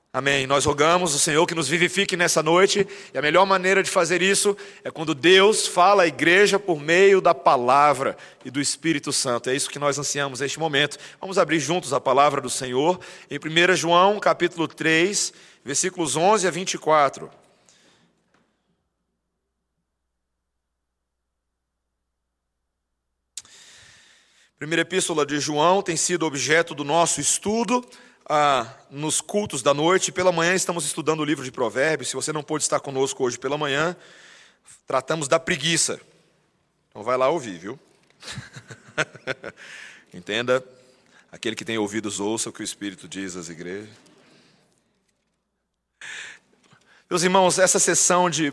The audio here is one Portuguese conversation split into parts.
Amém. Nós rogamos ao Senhor que nos vivifique nessa noite, e a melhor maneira de fazer isso é quando Deus fala à igreja por meio da palavra e do Espírito Santo. É isso que nós ansiamos neste momento. Vamos abrir juntos a palavra do Senhor em 1 João, capítulo 3, versículos 11 a 24. Primeira epístola de João tem sido objeto do nosso estudo nos cultos da noite. Pela manhã estamos estudando o livro de Provérbios. Se você não pôde estar conosco hoje pela manhã, tratamos da preguiça. Então vai lá ouvir, viu? Entenda, aquele que tem ouvidos ouça o que o Espírito diz às igrejas. Meus irmãos, essa sessão de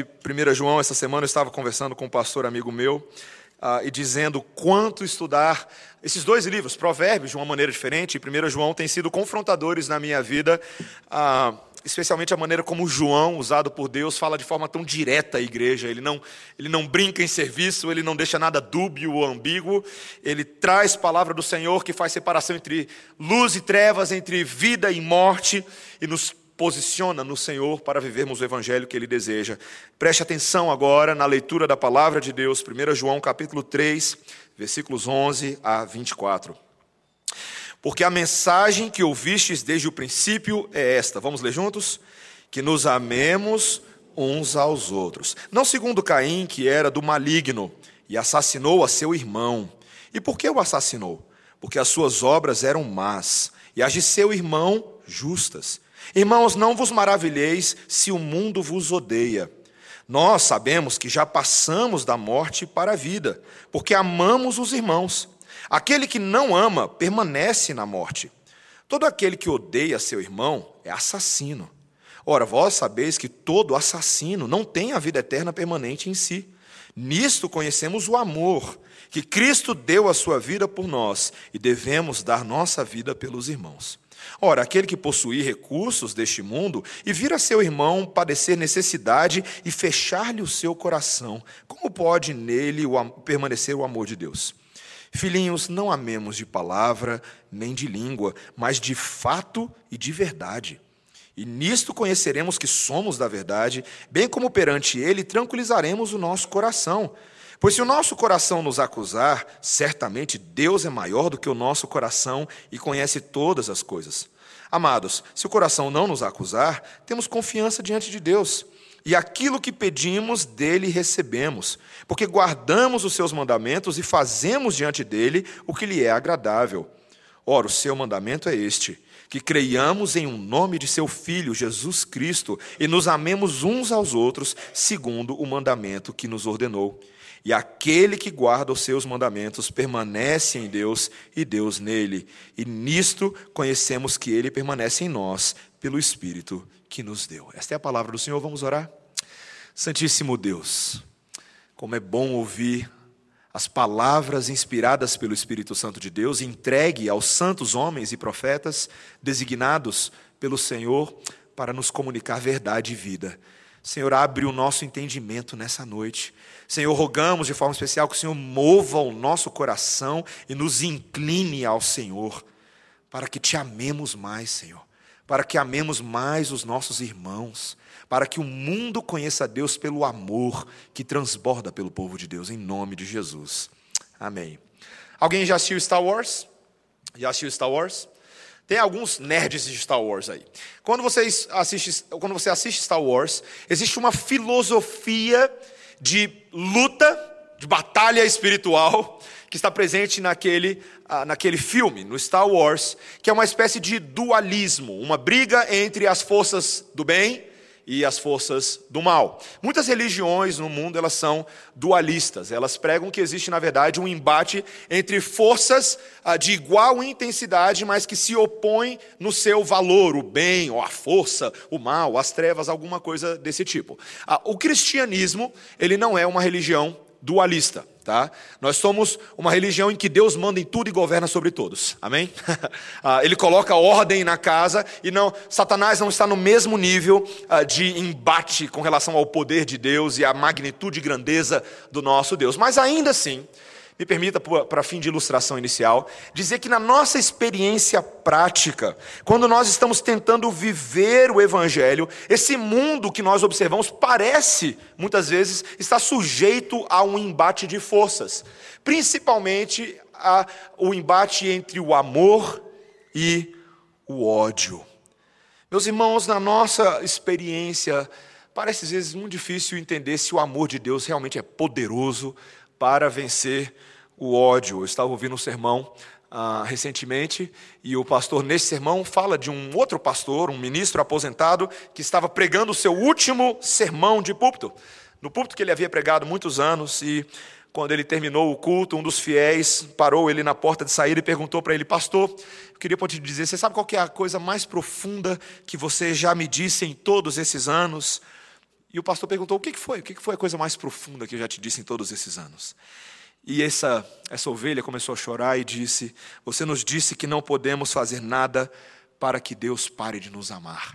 1 João, essa semana eu estava conversando com um pastor amigo meu, e dizendo quanto estudar esses dois livros, Provérbios, de uma maneira diferente, e 1 João, tem sido confrontadores na minha vida, especialmente a maneira como João, usado por Deus, fala de forma tão direta à igreja. Ele não brinca em serviço, ele não deixa nada dúbio ou ambíguo, ele traz palavra do Senhor que faz separação entre luz e trevas, entre vida e morte, e nos posiciona no Senhor para vivermos o evangelho que Ele deseja. Preste atenção agora na leitura da palavra de Deus, 1 João capítulo 3, versículos 11 a 24. Porque a mensagem que ouvistes desde o princípio é esta. Vamos ler juntos? Que nos amemos uns aos outros. Não segundo Caim, que era do maligno, e assassinou a seu irmão. E por que o assassinou? Porque as suas obras eram más, e as de seu irmão justas. Irmãos, não vos maravilheis se o mundo vos odeia. Nós sabemos que já passamos da morte para a vida, porque amamos os irmãos. Aquele que não ama permanece na morte. Todo aquele que odeia seu irmão é assassino. Ora, vós sabeis que todo assassino não tem a vida eterna permanente em si. Nisto conhecemos o amor, que Cristo deu a sua vida por nós, e devemos dar nossa vida pelos irmãos. Ora, aquele que possuir recursos deste mundo e vir a seu irmão padecer necessidade e fechar-lhe o seu coração, como pode nele permanecer o amor de Deus? Filhinhos, não amemos de palavra nem de língua, mas de fato e de verdade. E nisto conheceremos que somos da verdade, bem como perante ele tranquilizaremos o nosso coração. Pois se o nosso coração nos acusar, certamente Deus é maior do que o nosso coração e conhece todas as coisas. Amados, se o coração não nos acusar, temos confiança diante de Deus. E aquilo que pedimos dele recebemos, porque guardamos os seus mandamentos e fazemos diante dele o que lhe é agradável. Ora, o seu mandamento é este: que creiamos em um nome de seu Filho, Jesus Cristo, e nos amemos uns aos outros, segundo o mandamento que nos ordenou. E aquele que guarda os seus mandamentos permanece em Deus e Deus nele. E nisto conhecemos que ele permanece em nós, pelo Espírito que nos deu. Esta é a palavra do Senhor, vamos orar? Santíssimo Deus, como é bom ouvir as palavras inspiradas pelo Espírito Santo de Deus, entregue aos santos homens e profetas, designados pelo Senhor para nos comunicar verdade e vida. Senhor, abre o nosso entendimento nessa noite. Senhor, rogamos de forma especial que o Senhor mova o nosso coração e nos incline ao Senhor, para que te amemos mais, Senhor, para que amemos mais os nossos irmãos, para que o mundo conheça a Deus pelo amor que transborda pelo povo de Deus, em nome de Jesus. Amém. Alguém já assistiu Star Wars? Já assistiu Star Wars? Tem alguns nerds de Star Wars aí. Quando você assiste Star Wars, existe uma filosofia de luta, de batalha espiritual, que está presente naquele filme, no Star Wars, que é uma espécie de dualismo, uma briga entre as forças do bem e as forças do mal. Muitas religiões no mundo, elas são dualistas. Elas pregam que existe, na verdade, um embate entre forças de igual intensidade, mas que se opõem no seu valor, o bem, ou a força, o mal, as trevas, alguma coisa desse tipo. O cristianismo, ele não é uma religião dualista. Tá? Nós somos uma religião em que Deus manda em tudo e governa sobre todos. Amém? Ele coloca ordem na casa e Satanás não está no mesmo nível de embate com relação ao poder de Deus e à magnitude e grandeza do nosso Deus. Mas ainda assim, Me permita, para fim de ilustração inicial, dizer que na nossa experiência prática, quando nós estamos tentando viver o Evangelho, esse mundo que nós observamos parece, muitas vezes, estar sujeito a um embate de forças, principalmente o embate entre o amor e o ódio. Meus irmãos, na nossa experiência, parece às vezes muito difícil entender se o amor de Deus realmente é poderoso para vencer o ódio. Eu estava ouvindo um sermão recentemente, e o pastor nesse sermão fala de um outro pastor, um ministro aposentado, que estava pregando o seu último sermão de púlpito, no púlpito que ele havia pregado muitos anos, e quando ele terminou o culto, um dos fiéis parou ele na porta de saída e perguntou para ele: pastor, eu queria te dizer, você sabe qual que é a coisa mais profunda que você já me disse em todos esses anos? E o pastor perguntou: o que foi? O que foi a coisa mais profunda que eu já te disse em todos esses anos? E essa ovelha começou a chorar e disse: você nos disse que não podemos fazer nada para que Deus pare de nos amar.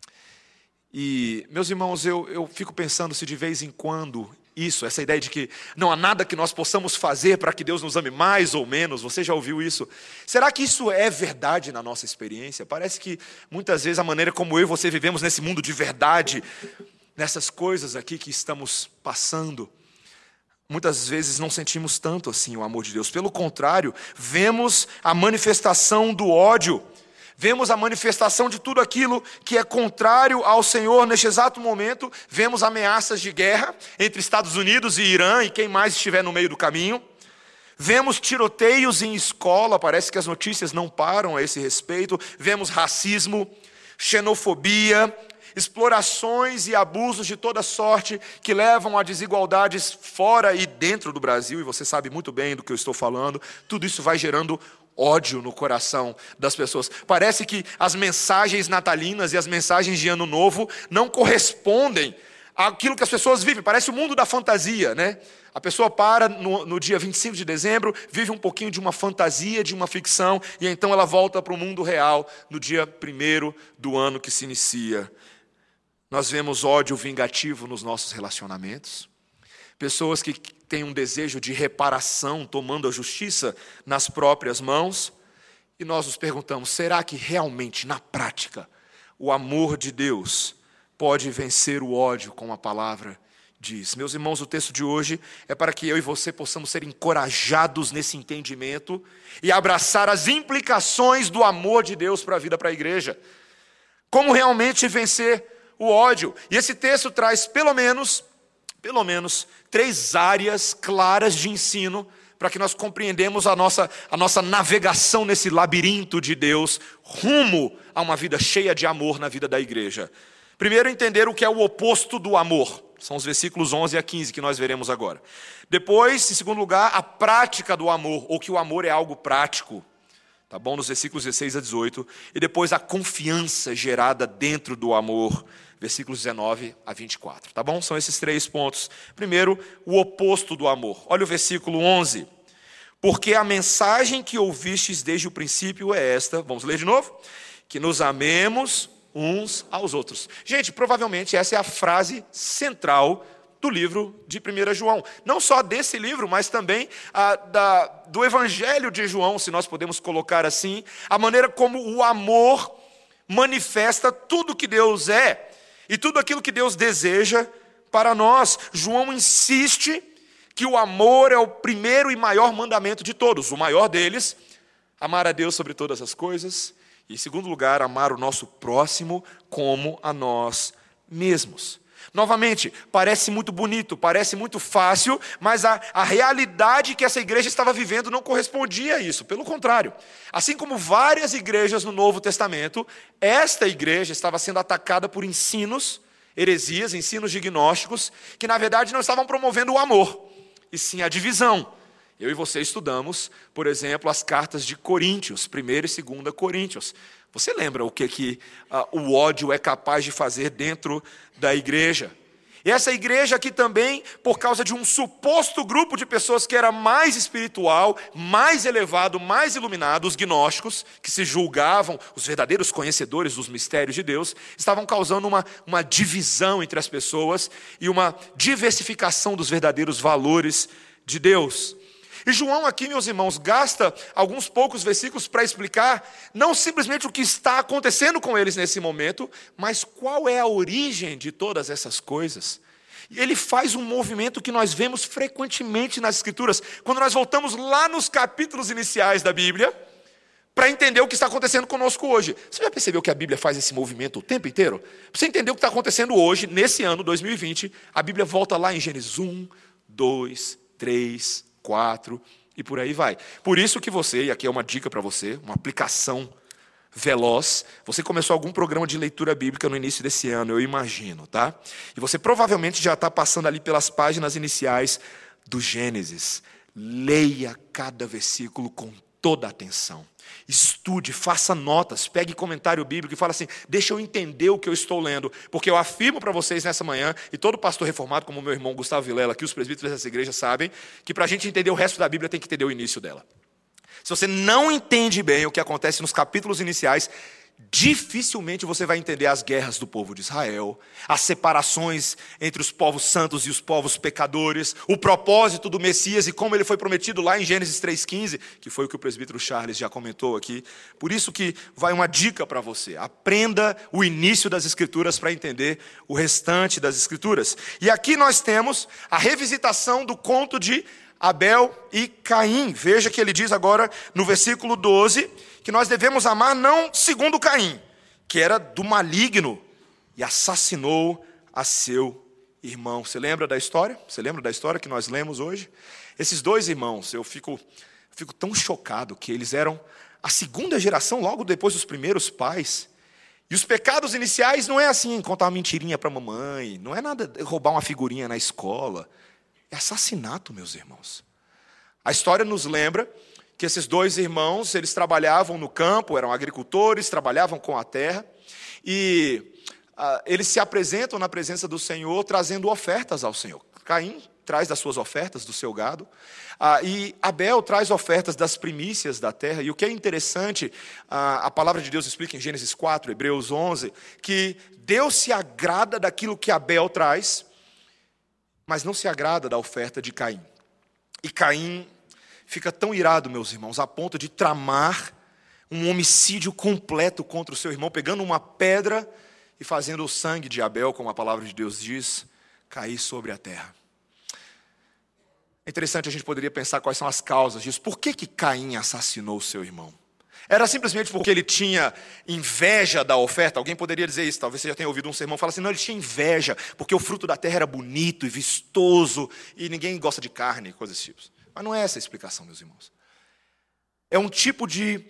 E, meus irmãos, eu fico pensando se de vez em quando essa ideia de que não há nada que nós possamos fazer para que Deus nos ame mais ou menos, você já ouviu isso? Será que isso é verdade na nossa experiência? Parece que muitas vezes a maneira como eu e você vivemos nesse mundo de verdade, nessas coisas aqui que estamos passando, muitas vezes não sentimos tanto assim o amor de Deus. Pelo contrário, vemos a manifestação do ódio, vemos a manifestação de tudo aquilo que é contrário ao Senhor. Neste exato momento, vemos ameaças de guerra entre Estados Unidos e Irã e quem mais estiver no meio do caminho. Vemos tiroteios em escola, parece que as notícias não param a esse respeito. Vemos racismo, xenofobia, explorações e abusos de toda sorte que levam a desigualdades fora e dentro do Brasil, e você sabe muito bem do que eu estou falando. Tudo isso vai gerando ódio no coração das pessoas. Parece que as mensagens natalinas e as mensagens de Ano Novo não correspondem àquilo que as pessoas vivem. Parece o mundo da fantasia, né? A pessoa para no dia 25 de dezembro, vive um pouquinho de uma fantasia, de uma ficção, e então ela volta para o mundo real no dia 1º do ano que se inicia. Nós vemos ódio vingativo nos nossos relacionamentos. Pessoas que têm um desejo de reparação, tomando a justiça nas próprias mãos. E nós nos perguntamos: será que realmente, na prática, o amor de Deus pode vencer o ódio, como a palavra diz? Meus irmãos, o texto de hoje é para que eu e você possamos ser encorajados nesse entendimento e abraçar as implicações do amor de Deus para a vida, para a igreja. Como realmente vencer o ódio. E esse texto traz pelo menos 3 áreas claras de ensino para que nós compreendamos a nossa navegação nesse labirinto de Deus rumo a uma vida cheia de amor na vida da igreja. Primeiro, entender o que é o oposto do amor. São os versículos 11 a 15 que nós veremos agora. Depois, em segundo lugar, a prática do amor, ou que o amor é algo prático. Tá bom? Nos versículos 16 a 18. E depois a confiança gerada dentro do amor. Versículos 19 a 24, tá bom? São esses 3 pontos. Primeiro, o oposto do amor. Olha o versículo 11. Porque a mensagem que ouvistes desde o princípio é esta, vamos ler de novo? Que nos amemos uns aos outros. Gente, provavelmente essa é a frase central do livro de 1 João. Não só desse livro, mas também do Evangelho de João, se nós podemos colocar assim. A maneira como o amor manifesta tudo que Deus é. E tudo aquilo que Deus deseja para nós. João insiste que o amor é o primeiro e maior mandamento de todos. O maior deles, amar a Deus sobre todas as coisas. E em segundo lugar, amar o nosso próximo como a nós mesmos. Novamente, parece muito bonito, parece muito fácil, mas a realidade que essa igreja estava vivendo não correspondia a isso. Pelo contrário, assim como várias igrejas no Novo Testamento, esta igreja estava sendo atacada por ensinos, heresias, ensinos gnósticos, que na verdade não estavam promovendo o amor, e sim a divisão. Eu e você estudamos, por exemplo, as cartas de Coríntios, 1ª e 2ª Coríntios. Você lembra o que o ódio é capaz de fazer dentro da igreja? E essa igreja aqui também, por causa de um suposto grupo de pessoas que era mais espiritual, mais elevado, mais iluminado, os gnósticos, que se julgavam os verdadeiros conhecedores dos mistérios de Deus, estavam causando uma divisão entre as pessoas e uma diversificação dos verdadeiros valores de Deus. E João aqui, meus irmãos, gasta alguns poucos versículos para explicar não simplesmente o que está acontecendo com eles nesse momento, mas qual é a origem de todas essas coisas. E ele faz um movimento que nós vemos frequentemente nas Escrituras, quando nós voltamos lá nos capítulos iniciais da Bíblia, para entender o que está acontecendo conosco hoje. Você já percebeu que a Bíblia faz esse movimento o tempo inteiro? Para você entender o que está acontecendo hoje, nesse ano 2020, a Bíblia volta lá em Gênesis 1, 2, 3, 4 e por aí vai. Por isso que você, e aqui é uma dica para você, uma aplicação veloz, você começou algum programa de leitura bíblica no início desse ano, eu imagino, tá? E você provavelmente já está passando ali pelas páginas iniciais do Gênesis. Leia cada versículo com toda a atenção. Estude, faça notas, pegue comentário bíblico e fala assim, deixa eu entender o que eu estou lendo, porque eu afirmo para vocês nessa manhã, e todo pastor reformado, como meu irmão Gustavo Vilela, que os presbíteros dessa igreja sabem, que para a gente entender o resto da Bíblia tem que entender o início dela. Se você não entende bem o que acontece nos capítulos iniciais, dificilmente você vai entender as guerras do povo de Israel, as separações entre os povos santos e os povos pecadores, o propósito do Messias e como ele foi prometido lá em Gênesis 3,15, que foi o que o presbítero Charles já comentou aqui. Por isso que vai uma dica para você. Aprenda o início das Escrituras para entender o restante das Escrituras. E aqui nós temos a revisitação do conto de Abel e Caim. Veja que ele diz agora no versículo 12, que nós devemos amar não segundo Caim, que era do maligno e assassinou a seu irmão. Você lembra da história? Você lembra da história que nós lemos hoje? Esses dois irmãos, eu fico tão chocado que eles eram a segunda geração, logo depois dos primeiros pais. E os pecados iniciais não é assim, contar uma mentirinha para a mamãe, não é nada roubar uma figurinha na escola. É assassinato, meus irmãos. A história nos lembra que esses dois irmãos, eles trabalhavam no campo, eram agricultores, trabalhavam com a terra, e eles se apresentam na presença do Senhor, trazendo ofertas ao Senhor. Caim traz das suas ofertas, do seu gado, e Abel traz ofertas das primícias da terra. E o que é interessante, a palavra de Deus explica em Gênesis 4, Hebreus 11, que Deus se agrada daquilo que Abel traz, mas não se agrada da oferta de Caim. E Caim fica tão irado, meus irmãos, a ponto de tramar um homicídio completo contra o seu irmão, pegando uma pedra e fazendo o sangue de Abel, como a palavra de Deus diz, cair sobre a terra. É interessante, a gente poderia pensar quais são as causas disso. Por que Caim assassinou o seu irmão? Era simplesmente porque ele tinha inveja da oferta? Alguém poderia dizer isso, talvez você já tenha ouvido um sermão falar assim, não, ele tinha inveja, porque o fruto da terra era bonito e vistoso, e ninguém gosta de carne, coisas desse tipo. Mas não é essa a explicação, meus irmãos. É um tipo de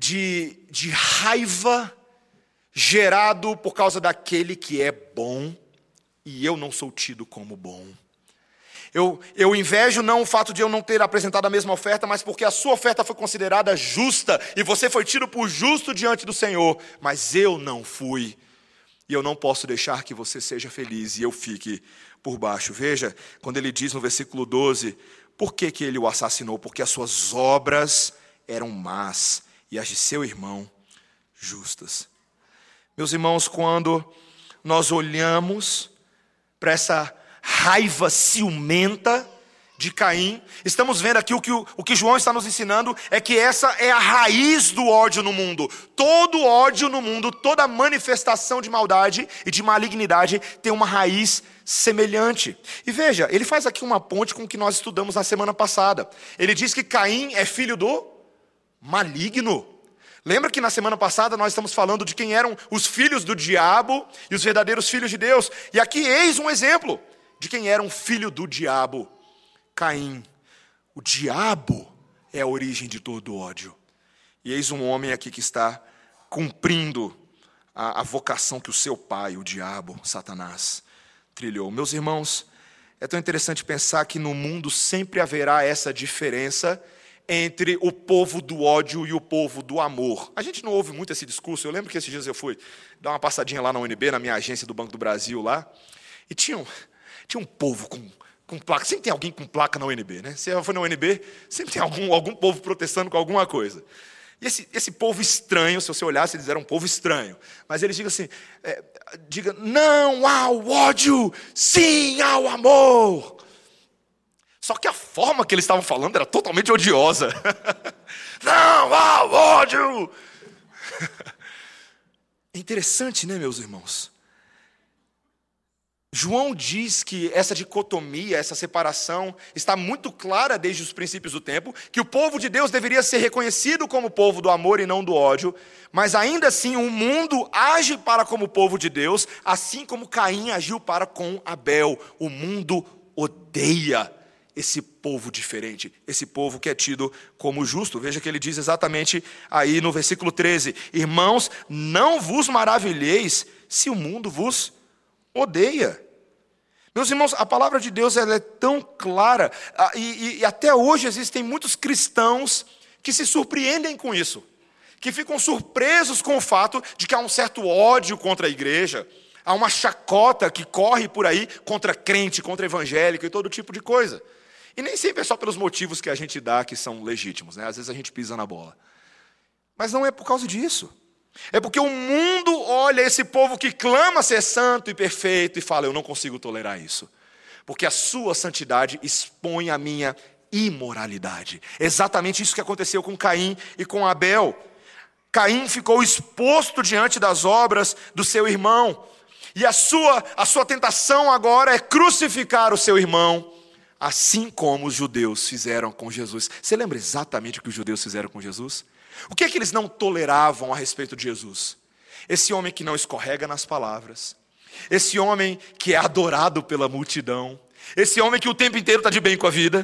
raiva gerado por causa daquele que é bom, e eu não sou tido como bom. Eu invejo não o fato de eu não ter apresentado a mesma oferta, mas porque a sua oferta foi considerada justa, e você foi tido por justo diante do Senhor, mas eu não fui, e eu não posso deixar que você seja feliz, e eu fique por baixo. Veja, quando ele diz no versículo 12, por que ele o assassinou? Porque as suas obras eram más, e as de seu irmão justas. Meus irmãos, quando nós olhamos para essa raiva ciumenta de Caim, estamos vendo aqui o que João está nos ensinando, é que essa é a raiz do ódio no mundo. Todo ódio no mundo, toda manifestação de maldade e de malignidade tem uma raiz semelhante. E veja, ele faz aqui uma ponte com o que nós estudamos na semana passada. Ele diz que Caim é filho do maligno. Lembra que na semana passada nós estamos falando de quem eram os filhos do diabo e os verdadeiros filhos de Deus? E aqui eis um exemplo de quem era um filho do diabo, Caim. O diabo é a origem de todo o ódio. E eis um homem aqui que está cumprindo a vocação que o seu pai, o diabo, Satanás, trilhou. Meus irmãos, é tão interessante pensar que no mundo sempre haverá essa diferença entre o povo do ódio e o povo do amor. A gente não ouve muito esse discurso. Eu lembro que esses dias eu fui dar uma passadinha lá na UNB, na minha agência do Banco do Brasil lá, e tinha um povo com placa. Sempre tem alguém com placa na UNB, né? Se for na UNB, sempre tem algum povo protestando com alguma coisa. E esse povo estranho, se você olhasse, eles eram um povo estranho. Mas eles digam assim, diga não ao ódio, sim ao amor. Só que a forma que eles estavam falando era totalmente odiosa. Não, ódio! É interessante, né, meus irmãos? João diz que essa dicotomia, essa separação, está muito clara desde os princípios do tempo, que o povo de Deus deveria ser reconhecido como povo do amor e não do ódio, mas ainda assim o mundo age para como povo de Deus, assim como Caim agiu para com Abel. O mundo odeia esse povo diferente, esse povo que é tido como justo. Veja que ele diz exatamente aí no versículo 13: irmãos, não vos maravilheis se o mundo vos odeia. Meus irmãos, a palavra de Deus ela é tão clara, e até hoje existem muitos cristãos que se surpreendem com isso, que ficam surpresos com o fato de que há um certo ódio contra a igreja, há uma chacota que corre por aí contra crente, contra evangélico e todo tipo de coisa. E nem sempre é só pelos motivos que a gente dá que são legítimos, né? Às vezes a gente pisa na bola. Mas não é por causa disso. É porque o mundo olha esse povo que clama ser santo e perfeito e fala: eu não consigo tolerar isso, porque a sua santidade expõe a minha imoralidade. Exatamente isso que aconteceu com Caim e com Abel. Caim ficou exposto diante das obras do seu irmão, e a sua tentação agora é crucificar o seu irmão, assim como os judeus fizeram com Jesus. Você lembra exatamente o que os judeus fizeram com Jesus? O que é que eles não toleravam a respeito de Jesus? Esse homem que não escorrega nas palavras, esse homem que é adorado pela multidão, esse homem que o tempo inteiro está de bem com a vida.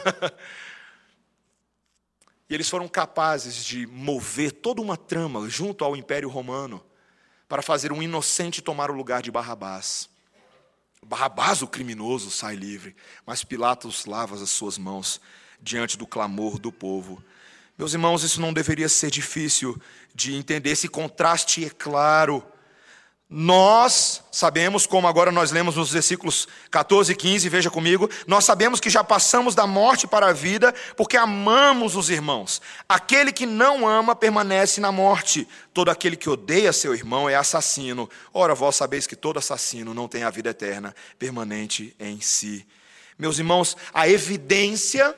E eles foram capazes de mover toda uma trama junto ao Império Romano para fazer um inocente tomar o lugar de Barrabás. Barrabás, o criminoso, sai livre, mas Pilatos lava as suas mãos diante do clamor do povo. Meus irmãos, isso não deveria ser difícil de entender, esse contraste é claro. Nós sabemos, como agora nós lemos nos versículos 14 e 15, veja comigo, nós sabemos que já passamos da morte para a vida, porque amamos os irmãos. Aquele que não ama permanece na morte. Todo aquele que odeia seu irmão é assassino. Ora, vós sabeis que todo assassino não tem a vida eterna permanente em si. Meus irmãos, a evidência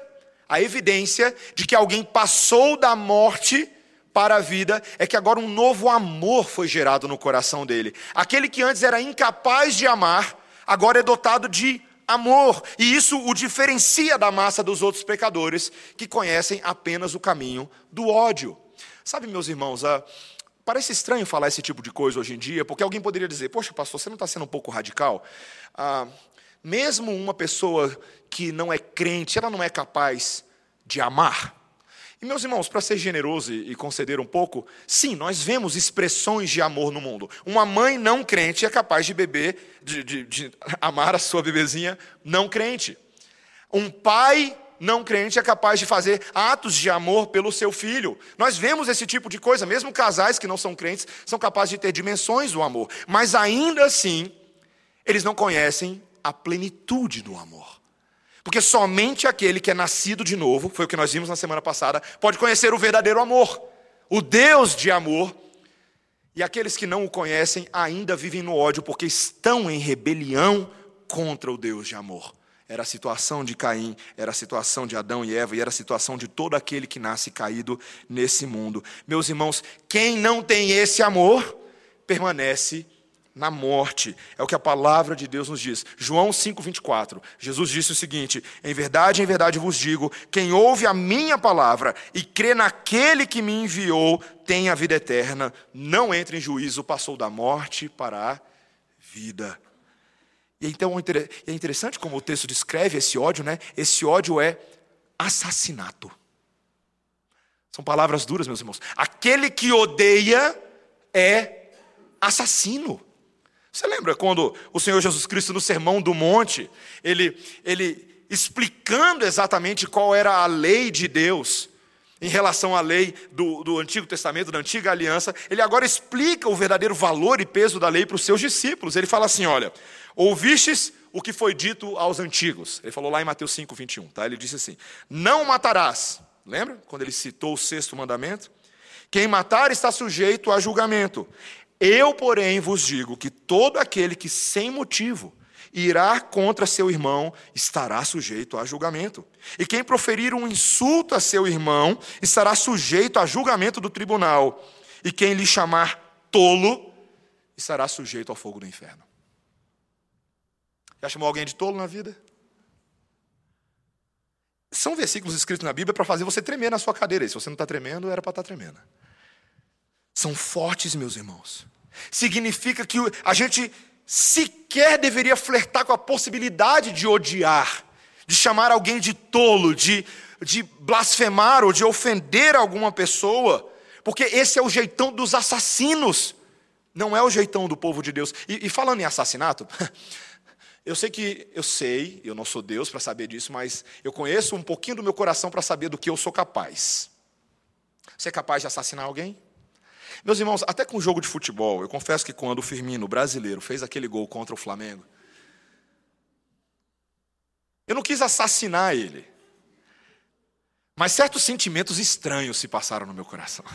de que alguém passou da morte para a vida é que agora um novo amor foi gerado no coração dele. Aquele que antes era incapaz de amar, agora é dotado de amor. E isso o diferencia da massa dos outros pecadores que conhecem apenas o caminho do ódio. Sabe, meus irmãos, parece estranho falar esse tipo de coisa hoje em dia, porque alguém poderia dizer: poxa, pastor, você não está sendo um pouco radical? Mesmo uma pessoa que não é crente, ela não é capaz de amar? E, meus irmãos, para ser generoso e conceder um pouco, sim, nós vemos expressões de amor no mundo. Uma mãe não crente é capaz de de amar a sua bebezinha não crente. Um pai não crente é capaz de fazer atos de amor pelo seu filho. Nós vemos esse tipo de coisa. Mesmo casais que não são crentes são capazes de ter dimensões do amor. Mas ainda assim, eles não conhecem a plenitude do amor. Porque somente aquele que é nascido de novo, foi o que nós vimos na semana passada, pode conhecer o verdadeiro amor, o Deus de amor. E aqueles que não o conhecem ainda vivem no ódio, porque estão em rebelião contra o Deus de amor. Era a situação de Caim, era a situação de Adão e Eva, e era a situação de todo aquele que nasce caído nesse mundo. Meus irmãos, quem não tem esse amor, permanece na morte. É o que a palavra de Deus nos diz. João 5,24. Jesus disse o seguinte: em verdade vos digo, quem ouve a minha palavra e crê naquele que me enviou, tem a vida eterna, não entra em juízo, passou da morte para a vida. E então é interessante como o texto descreve esse ódio, né? Esse ódio é assassinato. São palavras duras, meus irmãos. Aquele que odeia é assassino. Você lembra quando o Senhor Jesus Cristo, no Sermão do Monte, ele explicando exatamente qual era a lei de Deus, em relação à lei do Antigo Testamento, da Antiga Aliança, ele agora explica o verdadeiro valor e peso da lei para os seus discípulos. Ele fala assim: olha, ouvistes o que foi dito aos antigos. Ele falou lá em Mateus 5,21, tá? Ele disse assim: não matarás. Lembra? Quando ele citou o 6º mandamento. Quem matar está sujeito a julgamento. Eu, porém, vos digo que todo aquele que sem motivo irá contra seu irmão estará sujeito a julgamento. E quem proferir um insulto a seu irmão estará sujeito a julgamento do tribunal. E quem lhe chamar tolo estará sujeito ao fogo do inferno. Já chamou alguém de tolo na vida? São versículos escritos na Bíblia para fazer você tremer na sua cadeira. E se você não está tremendo, era para estar tremendo. São fortes, meus irmãos. Significa que a gente sequer deveria flertar com a possibilidade de odiar, de chamar alguém de tolo, de blasfemar ou de ofender alguma pessoa, porque esse é o jeitão dos assassinos, não é o jeitão do povo de Deus. E falando em assassinato, eu não sou Deus para saber disso, mas eu conheço um pouquinho do meu coração para saber do que eu sou capaz. Você é capaz de assassinar alguém? Meus irmãos, até com jogo de futebol, eu confesso que quando o Firmino, brasileiro, fez aquele gol contra o Flamengo, eu não quis assassinar ele, mas certos sentimentos estranhos se passaram no meu coração.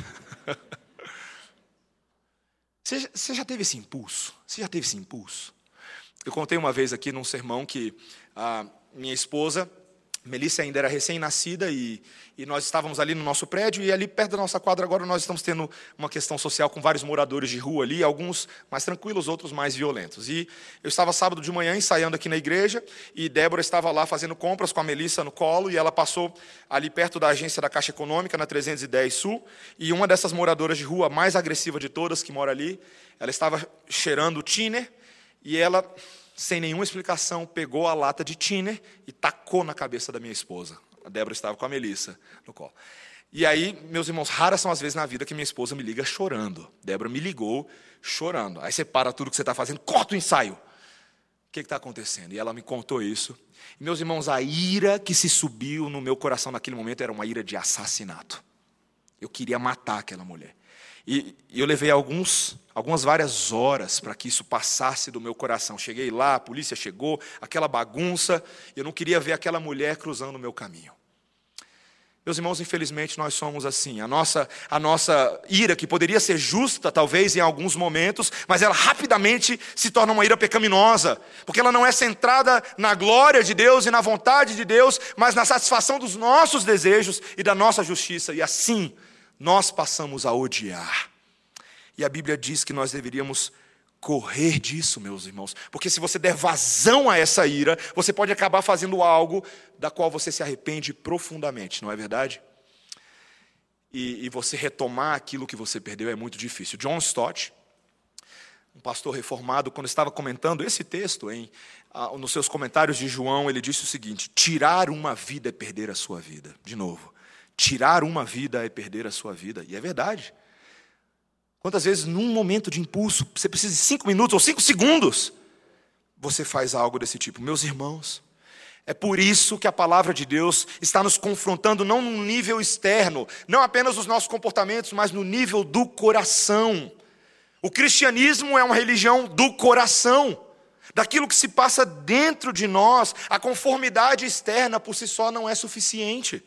Você já teve esse impulso? Você já teve esse impulso? Eu contei uma vez aqui num sermão que a minha esposa, Melissa, ainda era recém-nascida e nós estávamos ali no nosso prédio e ali perto da nossa quadra agora nós estamos tendo uma questão social com vários moradores de rua ali, alguns mais tranquilos, outros mais violentos. E eu estava sábado de manhã ensaiando aqui na igreja e Débora estava lá fazendo compras com a Melissa no colo e ela passou ali perto da agência da Caixa Econômica, na 310 Sul, e uma dessas moradoras de rua, mais agressiva de todas que mora ali, ela estava cheirando thinner e ela, sem nenhuma explicação, pegou a lata de thinner e tacou na cabeça da minha esposa. A Débora estava com a Melissa no colo. E aí, meus irmãos, raras são as vezes na vida que minha esposa me liga chorando. Débora me ligou chorando. Aí você para tudo que você está fazendo, corta o ensaio. O que está acontecendo? E ela me contou isso. E, meus irmãos, a ira que se subiu no meu coração naquele momento era uma ira de assassinato. Eu queria matar aquela mulher. E eu levei várias horas para que isso passasse do meu coração. Cheguei lá, a polícia chegou, aquela bagunça, eu não queria ver aquela mulher cruzando o meu caminho. Meus irmãos, infelizmente nós somos assim. A nossa ira, que poderia ser justa, talvez, em alguns momentos, mas ela rapidamente se torna uma ira pecaminosa, porque ela não é centrada na glória de Deus e na vontade de Deus, mas na satisfação dos nossos desejos e da nossa justiça. E assim, nós passamos a odiar. E a Bíblia diz que nós deveríamos correr disso, meus irmãos. Porque se você der vazão a essa ira, você pode acabar fazendo algo da qual você se arrepende profundamente, não é verdade? E você retomar aquilo que você perdeu é muito difícil. John Stott, um pastor reformado, quando estava comentando esse texto, nos seus comentários de João, ele disse o seguinte: tirar uma vida é perder a sua vida. De novo. Tirar uma vida é perder a sua vida. E é verdade. Quantas vezes, num momento de impulso, você precisa de 5 minutos ou 5 segundos, você faz algo desse tipo. Meus irmãos, é por isso que a palavra de Deus está nos confrontando, não no nível externo, não apenas nos nossos comportamentos, mas no nível do coração. O cristianismo é uma religião do coração, daquilo que se passa dentro de nós. A conformidade externa por si só não é suficiente.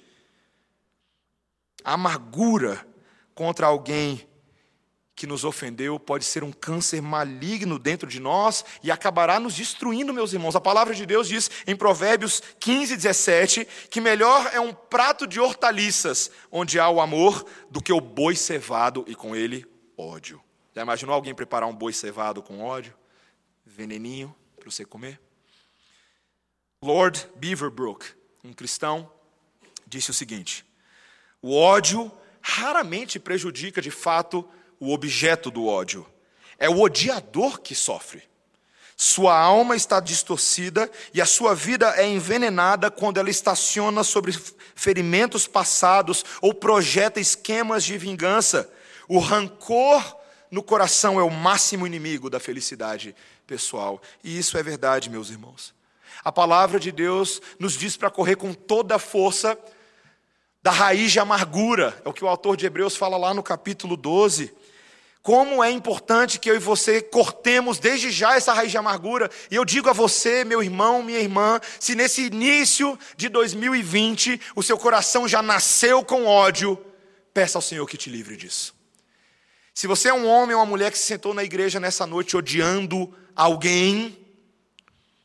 A amargura contra alguém que nos ofendeu pode ser um câncer maligno dentro de nós e acabará nos destruindo, meus irmãos. A palavra de Deus diz em Provérbios 15:17 que melhor é um prato de hortaliças onde há o amor do que o boi cevado e com ele ódio. Já imaginou alguém preparar um boi cevado com ódio? Veneninho para você comer? Lord Beaverbrook, um cristão, disse o seguinte: o ódio raramente prejudica de fato o objeto do ódio. É o odiador que sofre. Sua alma está distorcida e a sua vida é envenenada quando ela estaciona sobre ferimentos passados ou projeta esquemas de vingança. O rancor no coração é o máximo inimigo da felicidade pessoal. E isso é verdade, meus irmãos. A palavra de Deus nos diz para correr com toda a força da raiz de amargura. É o que o autor de Hebreus fala lá no capítulo 12. Como é importante que eu e você cortemos desde já essa raiz de amargura. E eu digo a você, meu irmão, minha irmã, se nesse início de 2020 o seu coração já nasceu com ódio, peça ao Senhor que te livre disso. Se você é um homem ou uma mulher que se sentou na igreja nessa noite odiando alguém,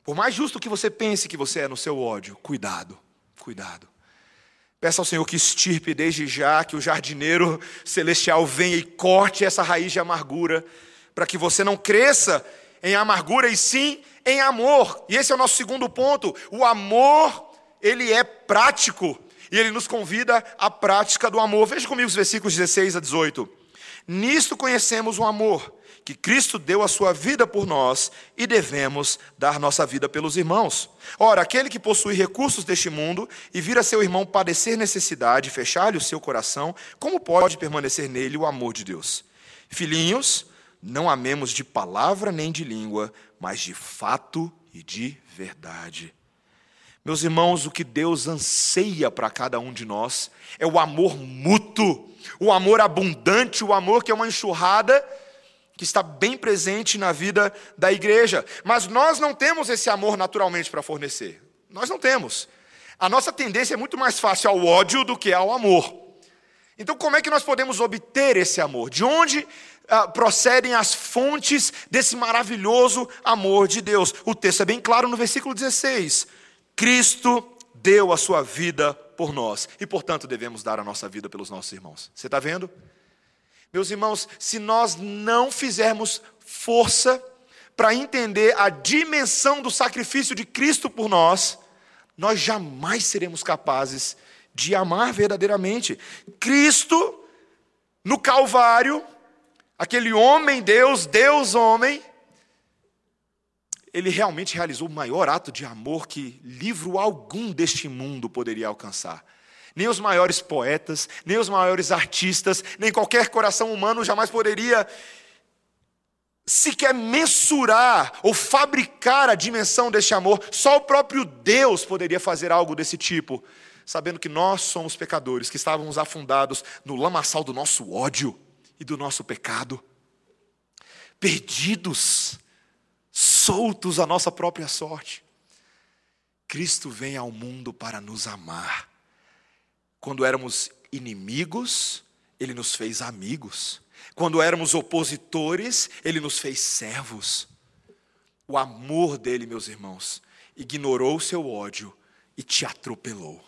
Por mais justo que você pense que você é no seu ódio, cuidado, cuidado. Peça ao Senhor que extirpe desde já, que o jardineiro celestial venha e corte essa raiz de amargura, para que você não cresça em amargura e sim em amor. E esse é o nosso segundo ponto. O amor, ele é prático. E ele nos convida à prática do amor. Veja comigo os versículos 16 a 18. Nisto conhecemos o amor, que Cristo deu a sua vida por nós e devemos dar nossa vida pelos irmãos. Ora, aquele que possui recursos deste mundo e vir a seu irmão padecer necessidade e fechar-lhe o seu coração, como pode permanecer nele o amor de Deus? Filhinhos, não amemos de palavra nem de língua, mas de fato e de verdade. Meus irmãos, o que Deus anseia para cada um de nós é o amor mútuo, o amor abundante, o amor que é uma enxurrada que está bem presente na vida da igreja. Mas nós não temos esse amor naturalmente para fornecer. Nós não temos. A nossa tendência é muito mais fácil ao ódio do que ao amor. Então, como é que nós podemos obter esse amor? De onde procedem as fontes desse maravilhoso amor de Deus? O texto é bem claro no versículo 16. Cristo deu a sua vida por nós. E, portanto, devemos dar a nossa vida pelos nossos irmãos. Você está vendo? Meus irmãos, se nós não fizermos força para entender a dimensão do sacrifício de Cristo por nós, nós jamais seremos capazes de amar verdadeiramente. Cristo, no Calvário, aquele homem Deus, Deus homem, ele realmente realizou o maior ato de amor que livro algum deste mundo poderia alcançar. Nem os maiores poetas, nem os maiores artistas, nem qualquer coração humano jamais poderia sequer mensurar ou fabricar a dimensão deste amor. Só o próprio Deus poderia fazer algo desse tipo, sabendo que nós somos pecadores, que estávamos afundados no lamaçal do nosso ódio e do nosso pecado, perdidos, soltos à nossa própria sorte. Cristo vem ao mundo para nos amar. Quando éramos inimigos, Ele nos fez amigos. Quando éramos opositores, Ele nos fez servos. O amor dele, meus irmãos, ignorou o seu ódio e te atropelou.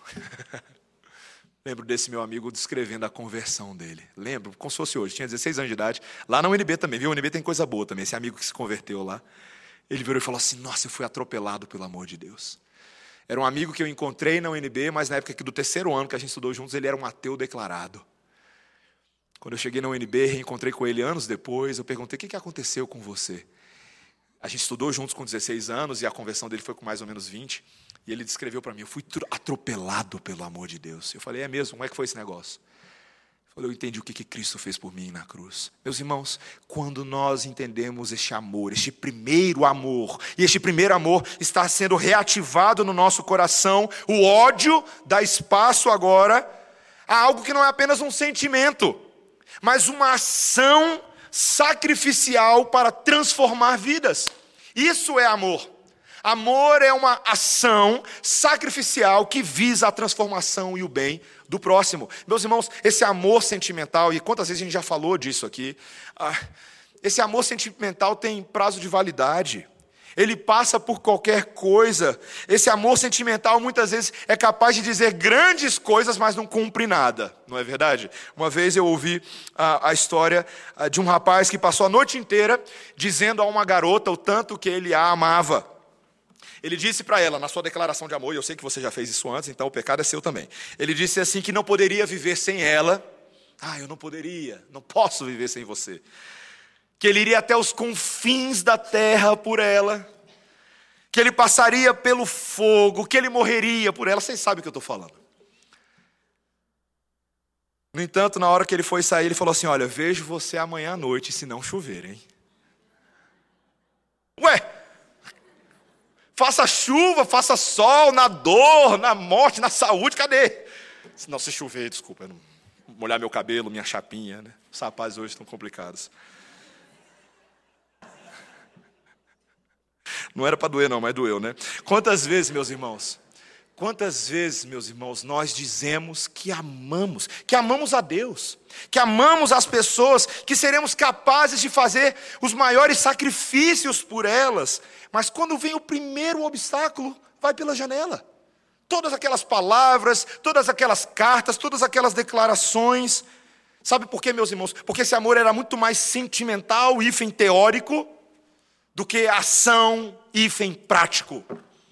Lembro desse meu amigo descrevendo a conversão dele. Lembro, como se fosse hoje, tinha 16 anos de idade. Lá na UNB também, viu? A UNB tem coisa boa também, esse amigo que se converteu lá. Ele virou e falou assim, nossa, eu fui atropelado pelo amor de Deus. Era um amigo que eu encontrei na UNB, mas na época do terceiro ano que a gente estudou juntos, ele era um ateu declarado. Quando eu cheguei na UNB, reencontrei com ele anos depois, eu perguntei, o que aconteceu com você? A gente estudou juntos com 16 anos e a conversão dele foi com mais ou menos 20. E ele descreveu para mim, eu fui atropelado pelo amor de Deus. Eu falei, é mesmo? Como é que foi esse negócio? Ele falou, eu entendi o que Cristo fez por mim na cruz. Meus irmãos, quando nós entendemos este amor, este primeiro amor, e este primeiro amor está sendo reativado no nosso coração, o ódio dá espaço agora a algo que não é apenas um sentimento, mas uma ação sacrificial para transformar vidas. Isso é amor. Amor é uma ação sacrificial que visa a transformação e o bem do próximo. Meus irmãos, esse amor sentimental, e quantas vezes a gente já falou disso aqui, esse amor sentimental tem prazo de validade. Ele passa por qualquer coisa. Esse amor sentimental muitas vezes é capaz de dizer grandes coisas, mas não cumpre nada. Não é verdade? Uma vez eu ouvi a história de um rapaz que passou a noite inteira dizendo a uma garota o tanto que ele a amava. Ele disse para ela, na sua declaração de amor, e eu sei que você já fez isso antes, então o pecado é seu também. Ele disse assim que não poderia viver sem ela. Eu não poderia, não posso viver sem você. Que ele iria até os confins da terra por ela. Que ele passaria pelo fogo, que ele morreria por ela. Vocês sabem o que eu estou falando. No entanto, na hora que ele foi sair, ele falou assim, olha, vejo você amanhã à noite, se não chover, hein? Ué! Faça chuva, faça sol, na dor, na morte, na saúde, cadê? Não, se chover, desculpa, não molhar meu cabelo, minha chapinha, né? Os rapazes hoje estão complicados. Não era para doer não, mas doeu, né? Quantas vezes, meus irmãos, Quantas vezes, meus irmãos, nós dizemos que amamos a Deus, que amamos as pessoas, que seremos capazes de fazer os maiores sacrifícios por elas, mas quando vem o primeiro obstáculo, vai pela janela. Todas aquelas palavras, todas aquelas cartas, todas aquelas declarações. Sabe por quê, meus irmãos? Porque esse amor era muito mais sentimental, hífen teórico, do que ação, hífen prático.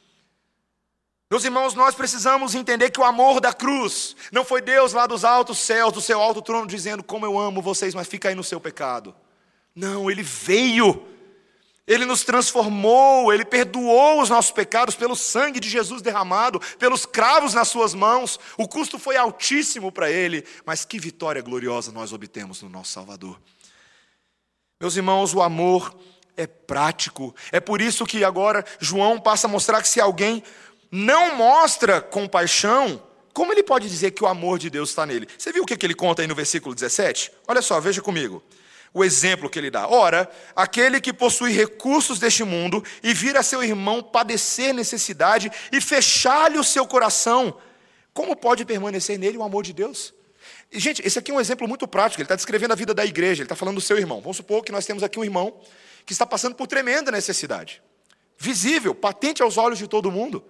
Meus irmãos, nós precisamos entender que o amor da cruz não foi Deus lá dos altos céus, do seu alto trono, dizendo como eu amo vocês, mas fica aí no seu pecado. Não, Ele veio, Ele nos transformou, Ele perdoou os nossos pecados pelo sangue de Jesus derramado, pelos cravos nas suas mãos. O custo foi altíssimo para Ele, mas que vitória gloriosa nós obtemos no nosso Salvador. Meus irmãos, o amor é prático. É por isso que agora João passa a mostrar que se alguém não mostra compaixão, como ele pode dizer que o amor de Deus está nele? Você viu o que ele conta aí no versículo 17? Olha só, veja comigo. O exemplo que ele dá. Ora, aquele que possui recursos deste mundo e vir a seu irmão padecer necessidade e fechar-lhe o seu coração, como pode permanecer nele o amor de Deus? E, gente, esse aqui é um exemplo muito prático. Ele está descrevendo a vida da igreja, ele está falando do seu irmão. Vamos supor que nós temos aqui um irmão que está passando por tremenda necessidade. Visível, patente aos olhos de todo mundo.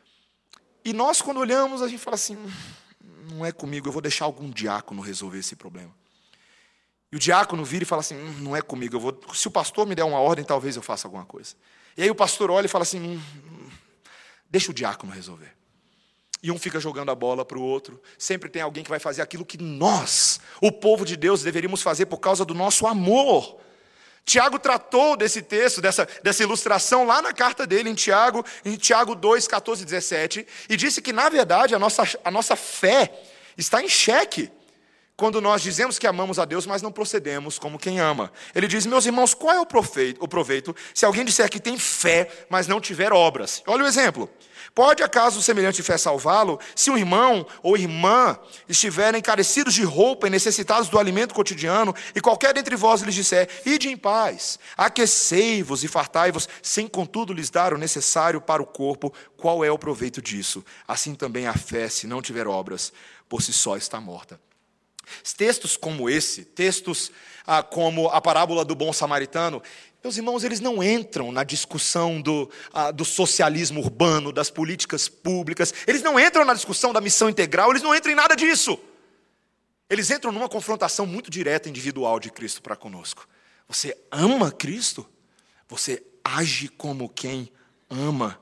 E nós, quando olhamos, a gente fala assim, não é comigo, eu vou deixar algum diácono resolver esse problema. E o diácono vira e fala assim, não é comigo, se o pastor me der uma ordem, talvez eu faça alguma coisa. E aí o pastor olha e fala assim, deixa o diácono resolver. E um fica jogando a bola para o outro. Sempre tem alguém que vai fazer aquilo que nós, o povo de Deus, deveríamos fazer por causa do nosso amor. Tiago tratou desse texto, dessa ilustração lá na carta dele, em Tiago 2, 14 e 17, e disse que, na verdade, a nossa fé está em xeque quando nós dizemos que amamos a Deus, mas não procedemos como quem ama. Ele diz, meus irmãos, qual é o proveito se alguém disser que tem fé, mas não tiver obras? Olha o exemplo. Pode acaso semelhante fé salvá-lo, se um irmão ou irmã estiverem carecidos de roupa e necessitados do alimento cotidiano, e qualquer dentre vós lhes disser, ide em paz, aquecei-vos e fartai-vos, sem contudo lhes dar o necessário para o corpo, qual é o proveito disso? Assim também a fé, se não tiver obras, por si só está morta. Textos como esse, textos como a parábola do bom samaritano, meus irmãos, eles não entram na discussão do socialismo urbano, das políticas públicas, eles não entram na discussão da missão integral, eles não entram em nada disso. Eles entram numa confrontação muito direta, individual de Cristo para conosco. Você ama Cristo? Você age como quem ama.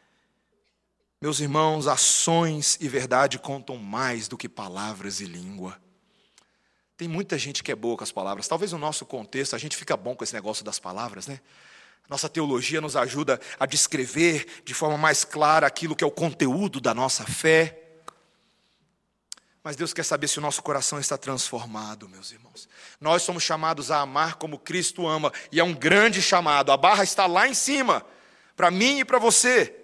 Meus irmãos, ações e verdade contam mais do que palavras e língua. Tem muita gente que é boa com as palavras. Talvez no nosso contexto a gente fica bom com esse negócio das palavras, né? Nossa teologia nos ajuda a descrever de forma mais clara aquilo que é o conteúdo da nossa fé. Mas Deus quer saber se o nosso coração está transformado, meus irmãos. Nós somos chamados a amar como Cristo ama. E é um grande chamado. A barra está lá em cima. Para mim e para você.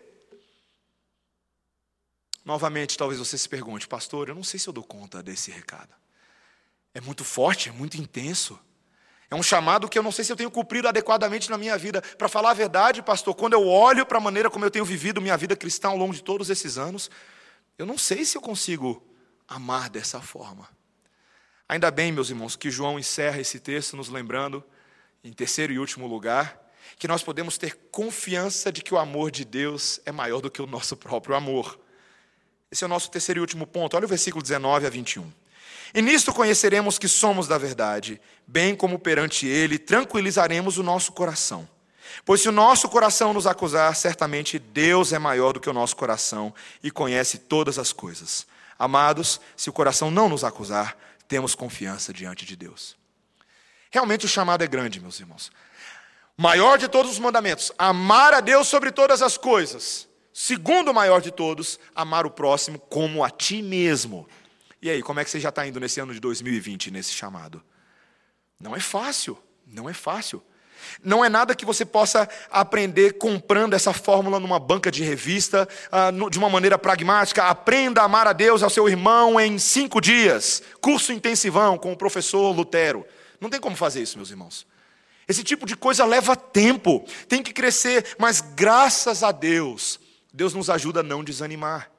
Novamente, talvez você se pergunte, pastor, eu não sei se eu dou conta desse recado. É muito forte, é muito intenso. É um chamado que eu não sei se eu tenho cumprido adequadamente na minha vida. Para falar a verdade, pastor, quando eu olho para a maneira como eu tenho vivido minha vida cristã ao longo de todos esses anos, eu não sei se eu consigo amar dessa forma. Ainda bem, meus irmãos, que João encerra esse texto nos lembrando, em terceiro e último lugar, que nós podemos ter confiança de que o amor de Deus é maior do que o nosso próprio amor. Esse é o nosso terceiro e último ponto. Olha o versículo 19 a 21. E nisto conheceremos que somos da verdade, bem como perante Ele tranquilizaremos o nosso coração. Pois se o nosso coração nos acusar, certamente Deus é maior do que o nosso coração e conhece todas as coisas. Amados, se o coração não nos acusar, temos confiança diante de Deus. Realmente o chamado é grande, meus irmãos. Maior de todos os mandamentos, amar a Deus sobre todas as coisas. Segundo maior de todos, amar o próximo como a ti mesmo. E aí, como é que você já está indo nesse ano de 2020, nesse chamado? Não é fácil, não é fácil. Não é nada que você possa aprender comprando essa fórmula numa banca de revista, de uma maneira pragmática. Aprenda a amar a Deus, ao seu irmão, em 5 dias. Curso intensivão com o professor Lutero. Não tem como fazer isso, meus irmãos. Esse tipo de coisa leva tempo, tem que crescer, mas graças a Deus, Deus nos ajuda a não desanimar.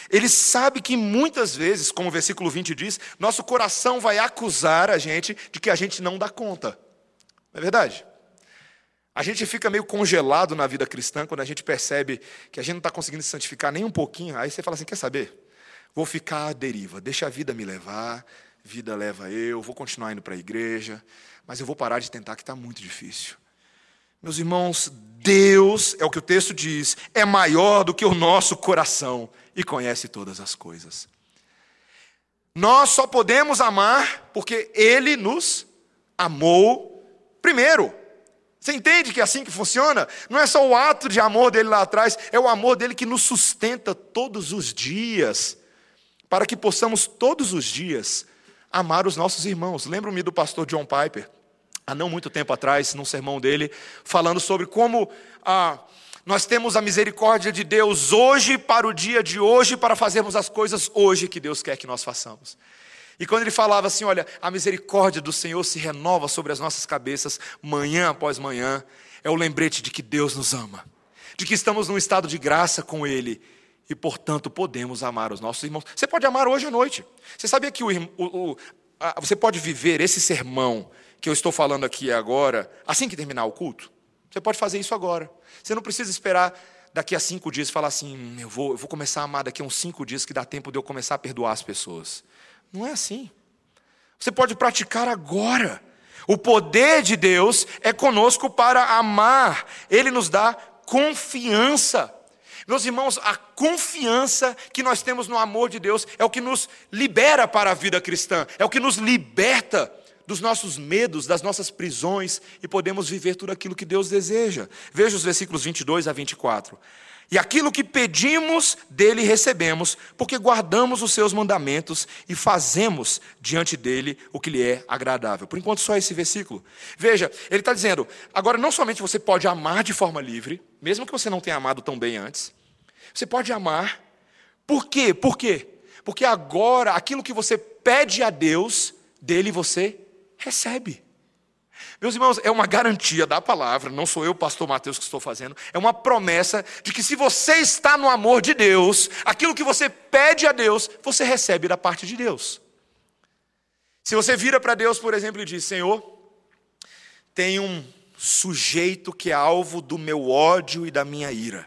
Ele sabe que muitas vezes, como o versículo 20 diz, nosso coração vai acusar a gente de que a gente não dá conta. Não é verdade? A gente fica meio congelado na vida cristã quando a gente percebe que a gente não está conseguindo se santificar nem um pouquinho. Aí você fala assim, quer saber? Vou ficar à deriva, deixa a vida me levar, vida leva eu, vou continuar indo para a igreja, mas eu vou parar de tentar que está muito difícil. Meus irmãos, Deus, é o que o texto diz, é maior do que o nosso coração e conhece todas as coisas. Nós só podemos amar porque Ele nos amou primeiro. Você entende que é assim que funciona? Não é só o ato de amor dele lá atrás, é o amor dele que nos sustenta todos os dias, para que possamos todos os dias amar os nossos irmãos. Lembro-me do pastor John Piper, há não muito tempo atrás, num sermão dele, falando sobre como nós temos a misericórdia de Deus hoje, para o dia de hoje, para fazermos as coisas hoje que Deus quer que nós façamos. E quando ele falava assim, olha, a misericórdia do Senhor se renova sobre as nossas cabeças, manhã após manhã, é o lembrete de que Deus nos ama, de que estamos num estado de graça com Ele, e portanto podemos amar os nossos irmãos. Você pode amar hoje à noite. Você sabia que você pode viver esse sermão que eu estou falando aqui agora, assim que terminar o culto? Você pode fazer isso agora. Você não precisa esperar daqui a 5 dias e falar assim, eu vou começar a amar daqui a uns 5 dias, que dá tempo de eu começar a perdoar as pessoas. Não é assim. Você pode praticar agora. O poder de Deus é conosco para amar. Ele nos dá confiança. Meus irmãos, a confiança que nós temos no amor de Deus é o que nos libera para a vida cristã. É o que nos liberta dos nossos medos, das nossas prisões, e podemos viver tudo aquilo que Deus deseja. Veja os versículos 22 a 24. E aquilo que pedimos dele recebemos, porque guardamos os seus mandamentos e fazemos diante dele o que lhe é agradável. Por enquanto só esse versículo. Veja, ele está dizendo, agora não somente você pode amar de forma livre, mesmo que você não tenha amado tão bem antes, você pode amar. Por quê? Por quê? Porque agora aquilo que você pede a Deus, dele você recebe. Meus irmãos, é uma garantia da palavra, não sou eu, pastor Mateus, que estou fazendo, é uma promessa de que se você está no amor de Deus, aquilo que você pede a Deus, você recebe da parte de Deus. Se você vira para Deus, por exemplo, e diz, Senhor, tem um sujeito que é alvo do meu ódio e da minha ira.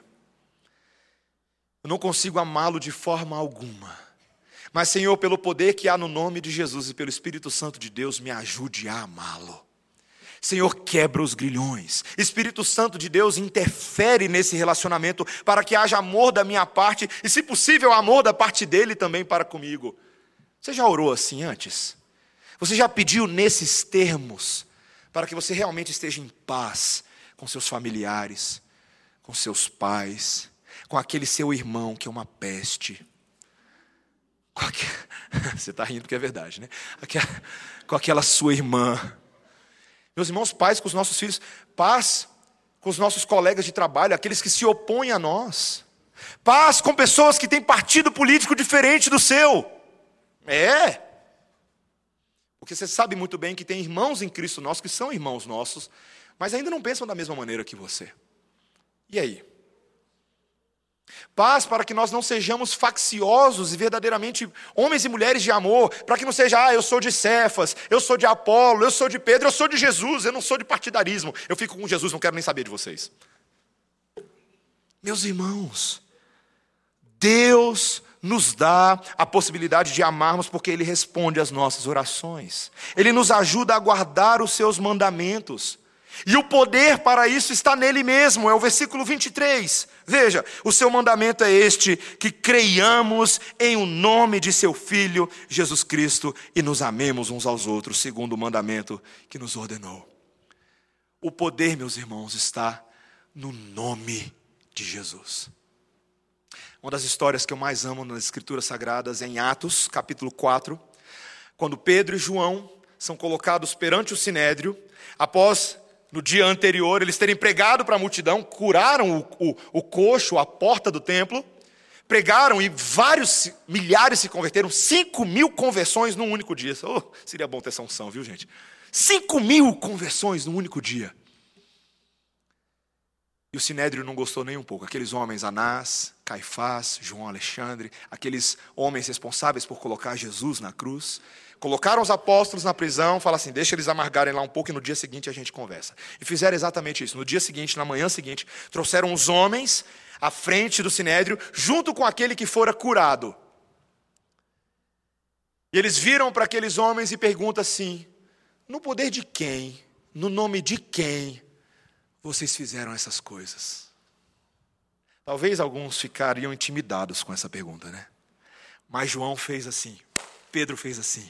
Eu não consigo amá-lo de forma alguma. Mas, Senhor, pelo poder que há no nome de Jesus e pelo Espírito Santo de Deus, me ajude a amá-lo. Senhor, quebra os grilhões. Espírito Santo de Deus, interfere nesse relacionamento para que haja amor da minha parte e, se possível, amor da parte dele também para comigo. Você já orou assim antes? Você já pediu nesses termos para que você realmente esteja em paz com seus familiares, com seus pais, com aquele seu irmão que é uma peste? Você está rindo porque é verdade, né? Com aquela sua irmã. Meus irmãos, paz com os nossos filhos, paz com os nossos colegas de trabalho, aqueles que se opõem a nós. Paz com pessoas que têm partido político diferente do seu. Porque você sabe muito bem que tem irmãos em Cristo nossos que são irmãos nossos, mas ainda não pensam da mesma maneira que você. E aí? Paz para que nós não sejamos facciosos e verdadeiramente homens e mulheres de amor, para que não seja, eu sou de Cefas, eu sou de Apolo, eu sou de Pedro, eu sou de Jesus, eu não sou de partidarismo, eu fico com Jesus, não quero nem saber de vocês. Meus irmãos, Deus nos dá a possibilidade de amarmos porque Ele responde às nossas orações. Ele nos ajuda a guardar os seus mandamentos. E o poder para isso está nele mesmo, é o versículo 23. Veja, o seu mandamento é este, que creiamos em o nome de seu Filho, Jesus Cristo, e nos amemos uns aos outros, segundo o mandamento que nos ordenou. O poder, meus irmãos, está no nome de Jesus. Uma das histórias que eu mais amo nas Escrituras Sagradas é em Atos, capítulo 4, quando Pedro e João são colocados perante o Sinédrio, após, no dia anterior, eles terem pregado para a multidão, curaram o coxo, a porta do templo, pregaram e milhares se converteram, 5.000 conversões num único dia. Seria bom ter essa unção, viu, gente? 5.000 conversões num único dia. E o Sinédrio não gostou nem um pouco. Aqueles homens, Anás, Caifás, João Alexandre, aqueles homens responsáveis por colocar Jesus na cruz. Colocaram os apóstolos na prisão, falaram assim, deixa eles amargarem lá um pouco e no dia seguinte a gente conversa. E fizeram exatamente isso. No dia seguinte, na manhã seguinte, trouxeram os homens à frente do sinédrio, junto com aquele que fora curado. E eles viram para aqueles homens e perguntam assim, no poder de quem, no nome de quem vocês fizeram essas coisas? Talvez alguns ficariam intimidados com essa pergunta, né? Mas João fez assim, Pedro fez assim.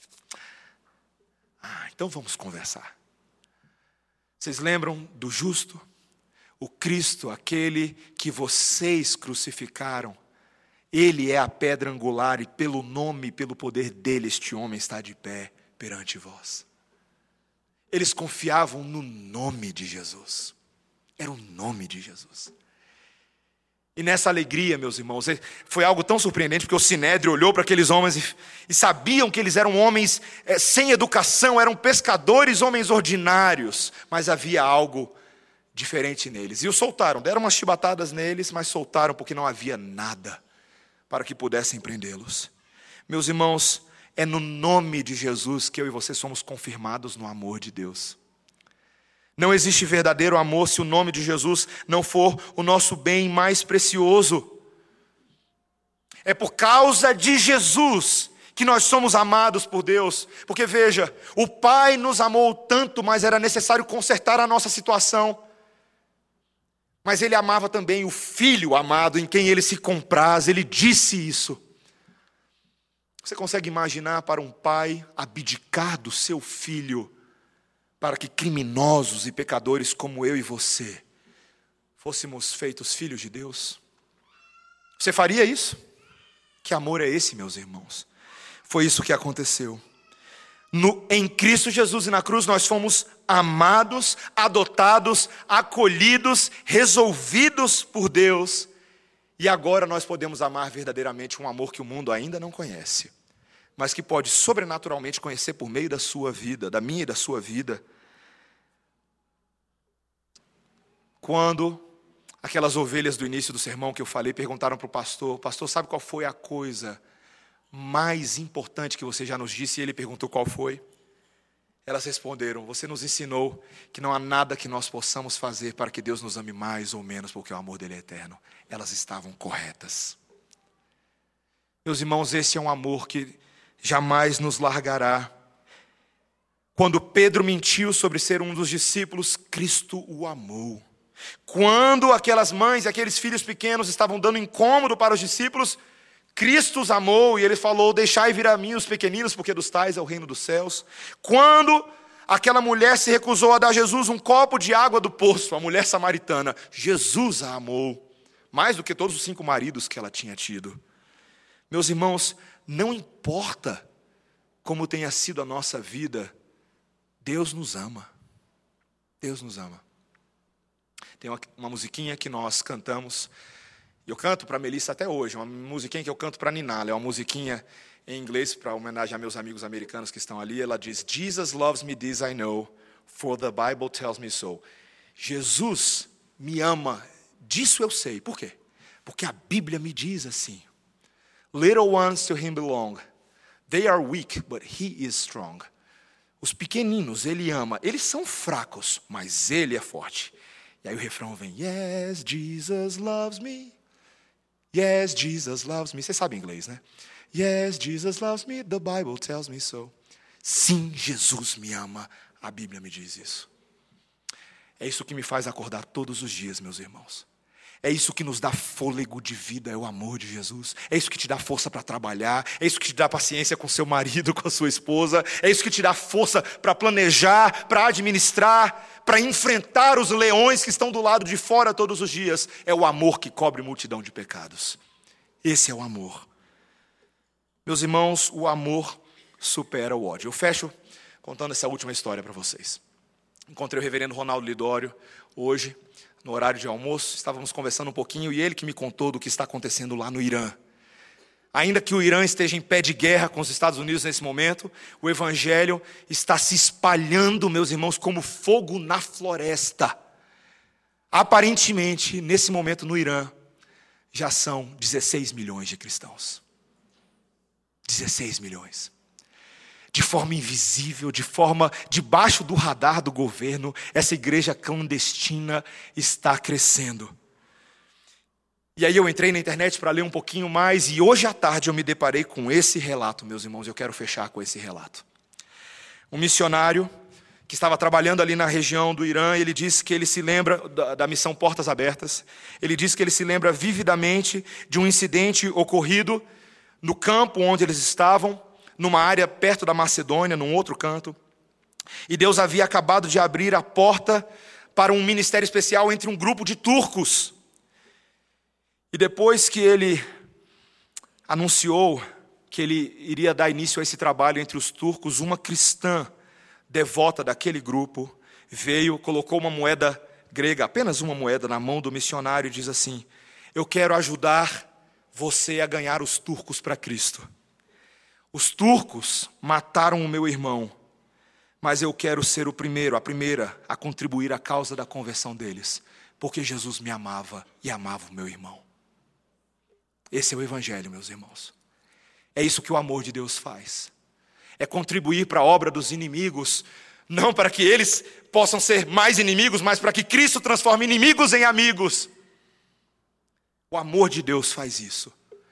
Então vamos conversar. Vocês lembram do justo? O Cristo, aquele que vocês crucificaram. Ele é a pedra angular e pelo nome e pelo poder dele este homem está de pé perante vós. Eles confiavam no nome de Jesus. Era o nome de Jesus. E nessa alegria, meus irmãos, foi algo tão surpreendente, porque o Sinédrio olhou para aqueles homens e sabiam que eles eram homens sem educação, eram pescadores, homens ordinários, mas havia algo diferente neles. E os soltaram, deram umas chibatadas neles, mas soltaram porque não havia nada para que pudessem prendê-los. Meus irmãos, é no nome de Jesus que eu e você somos confirmados no amor de Deus. Não existe verdadeiro amor se o nome de Jesus não for o nosso bem mais precioso. É por causa de Jesus que nós somos amados por Deus. Porque veja, o Pai nos amou tanto, mas era necessário consertar a nossa situação. Mas Ele amava também o Filho amado, em quem Ele se compraz. Ele disse isso. Você consegue imaginar para um pai abdicar do seu filho para que criminosos e pecadores como eu e você fôssemos feitos filhos de Deus? Você faria isso? Que amor é esse, meus irmãos? Foi isso que aconteceu. Em Cristo Jesus e na cruz nós fomos amados, adotados, acolhidos, resolvidos por Deus. E agora nós podemos amar verdadeiramente um amor que o mundo ainda não conhece, mas que pode sobrenaturalmente conhecer por meio da sua vida, da minha e da sua vida. Quando aquelas ovelhas do início do sermão que eu falei perguntaram para o pastor, sabe qual foi a coisa mais importante que você já nos disse? E ele perguntou qual foi. Elas responderam, você nos ensinou que não há nada que nós possamos fazer para que Deus nos ame mais ou menos, porque o amor dele é eterno. Elas estavam corretas. Meus irmãos, esse é um amor que jamais nos largará. Quando Pedro mentiu sobre ser um dos discípulos, Cristo o amou. Quando aquelas mães e aqueles filhos pequenos estavam dando incômodo para os discípulos, Cristo os amou e ele falou, deixai vir a mim os pequeninos, porque dos tais é o reino dos céus. Quando aquela mulher se recusou a dar a Jesus um copo de água do poço, a mulher samaritana, Jesus a amou, mais do que todos os 5 maridos que ela tinha tido. Meus irmãos, não importa como tenha sido a nossa vida, Deus nos ama. Deus nos ama. Tem uma musiquinha que nós cantamos, e eu canto para a Melissa até hoje, uma musiquinha que eu canto para a Ninala, é uma musiquinha em inglês para homenagem a meus amigos americanos que estão ali. Ela diz, Jesus loves me, this I know, for the Bible tells me so. Jesus me ama, disso eu sei. Por quê? Porque a Bíblia me diz assim. Little ones to him belong. They are weak, but he is strong. Os pequeninos ele ama. Eles são fracos, mas ele é forte. E aí o refrão vem. Yes, Jesus loves me. Yes, Jesus loves me. Vocês sabem inglês, né? Yes, Jesus loves me. The Bible tells me so. Sim, Jesus me ama. A Bíblia me diz isso. É isso que me faz acordar todos os dias, meus irmãos. É isso que nos dá fôlego de vida, é o amor de Jesus. É isso que te dá força para trabalhar. É isso que te dá paciência com seu marido, com a sua esposa. É isso que te dá força para planejar, para administrar, para enfrentar os leões que estão do lado de fora todos os dias. É o amor que cobre multidão de pecados. Esse é o amor. Meus irmãos, o amor supera o ódio. Eu fecho contando essa última história para vocês. Encontrei o reverendo Ronaldo Lidório hoje, no horário de almoço, estávamos conversando um pouquinho e ele que me contou do que está acontecendo lá no Irã. Ainda que o Irã esteja em pé de guerra com os Estados Unidos nesse momento, o evangelho está se espalhando, meus irmãos, como fogo na floresta. Aparentemente, nesse momento no Irã, já são 16 milhões de cristãos. 16 milhões. De forma invisível, de forma debaixo do radar do governo, essa igreja clandestina está crescendo. E aí eu entrei na internet para ler um pouquinho mais, e hoje à tarde eu me deparei com esse relato, meus irmãos. Eu quero fechar com esse relato. Um missionário que estava trabalhando ali na região do Irã, ele disse que ele se lembra da missão Portas Abertas. Ele disse que ele se lembra vividamente de um incidente ocorrido no campo onde eles estavam, numa área perto da Macedônia, num outro canto. E Deus havia acabado de abrir a porta para um ministério especial entre um grupo de turcos. E depois que ele anunciou que ele iria dar início a esse trabalho entre os turcos, uma cristã devota daquele grupo veio, colocou uma moeda grega, apenas uma moeda, na mão do missionário e diz assim: eu quero ajudar você a ganhar os turcos para Cristo. Os turcos mataram o meu irmão, mas eu quero ser o primeiro, a primeira a contribuir à causa da conversão deles, porque Jesus me amava e amava o meu irmão. Esse é o evangelho, meus irmãos. É isso que o amor de Deus faz. É contribuir para a obra dos inimigos, não para que eles possam ser mais inimigos, mas para que Cristo transforme inimigos em amigos. O amor de Deus faz isso.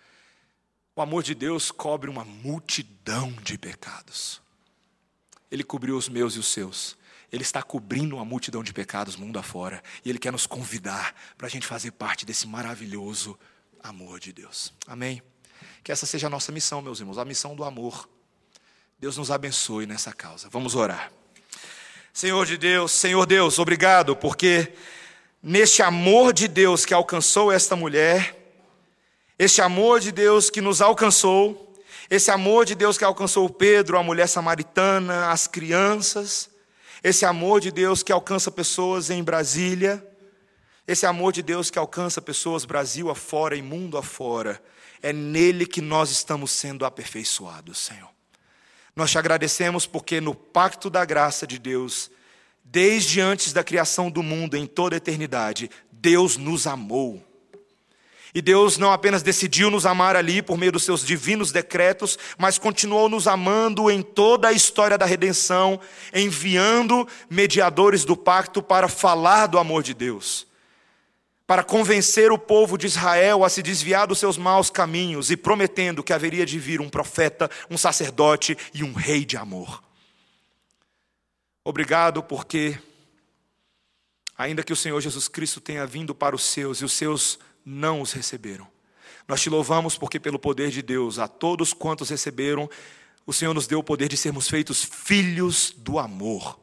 O amor de Deus cobre uma multidão de pecados. Ele cobriu os meus e os seus. Ele está cobrindo uma multidão de pecados mundo afora. E Ele quer nos convidar para a gente fazer parte desse maravilhoso amor de Deus. Amém? Que essa seja a nossa missão, meus irmãos, a missão do amor. Deus nos abençoe nessa causa. Vamos orar. Senhor Deus, obrigado, porque neste amor de Deus que alcançou esta mulher, este amor de Deus que nos alcançou, esse amor de Deus que alcançou Pedro, a mulher samaritana, as crianças, esse amor de Deus que alcança pessoas em Brasília, esse amor de Deus que alcança pessoas Brasil afora e mundo afora, é nele que nós estamos sendo aperfeiçoados, Senhor. Nós te agradecemos porque no pacto da graça de Deus, desde antes da criação do mundo, em toda a eternidade, Deus nos amou. E Deus não apenas decidiu nos amar ali por meio dos seus divinos decretos, mas continuou nos amando em toda a história da redenção, enviando mediadores do pacto para falar do amor de Deus, para convencer o povo de Israel a se desviar dos seus maus caminhos e prometendo que haveria de vir um profeta, um sacerdote e um rei de amor. Obrigado porque, ainda que o Senhor Jesus Cristo tenha vindo para os seus e os seus não os receberam, nós te louvamos porque pelo poder de Deus, a todos quantos receberam, o Senhor nos deu o poder de sermos feitos filhos do amor.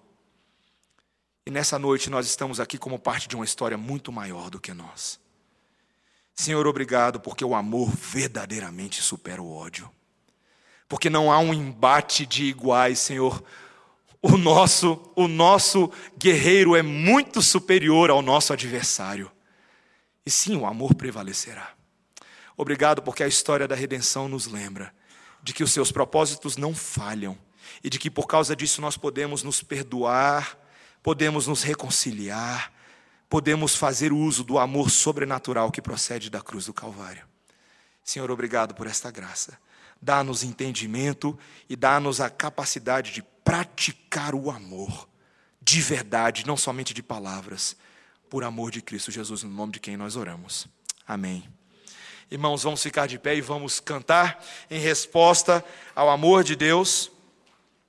E nessa noite nós estamos aqui como parte de uma história muito maior do que nós. Senhor, obrigado porque o amor verdadeiramente supera o ódio. Porque não há um embate de iguais, Senhor. O nosso guerreiro é muito superior ao nosso adversário. E sim, o amor prevalecerá. Obrigado porque a história da redenção nos lembra de que os seus propósitos não falham e de que por causa disso nós podemos nos perdoar, podemos nos reconciliar, podemos fazer uso do amor sobrenatural que procede da cruz do Calvário. Senhor, obrigado por esta graça. Dá-nos entendimento e dá-nos a capacidade de praticar o amor de verdade, não somente de palavras, por amor de Cristo Jesus, no nome de quem nós oramos. Amém. Irmãos, vamos ficar de pé e vamos cantar em resposta ao amor de Deus.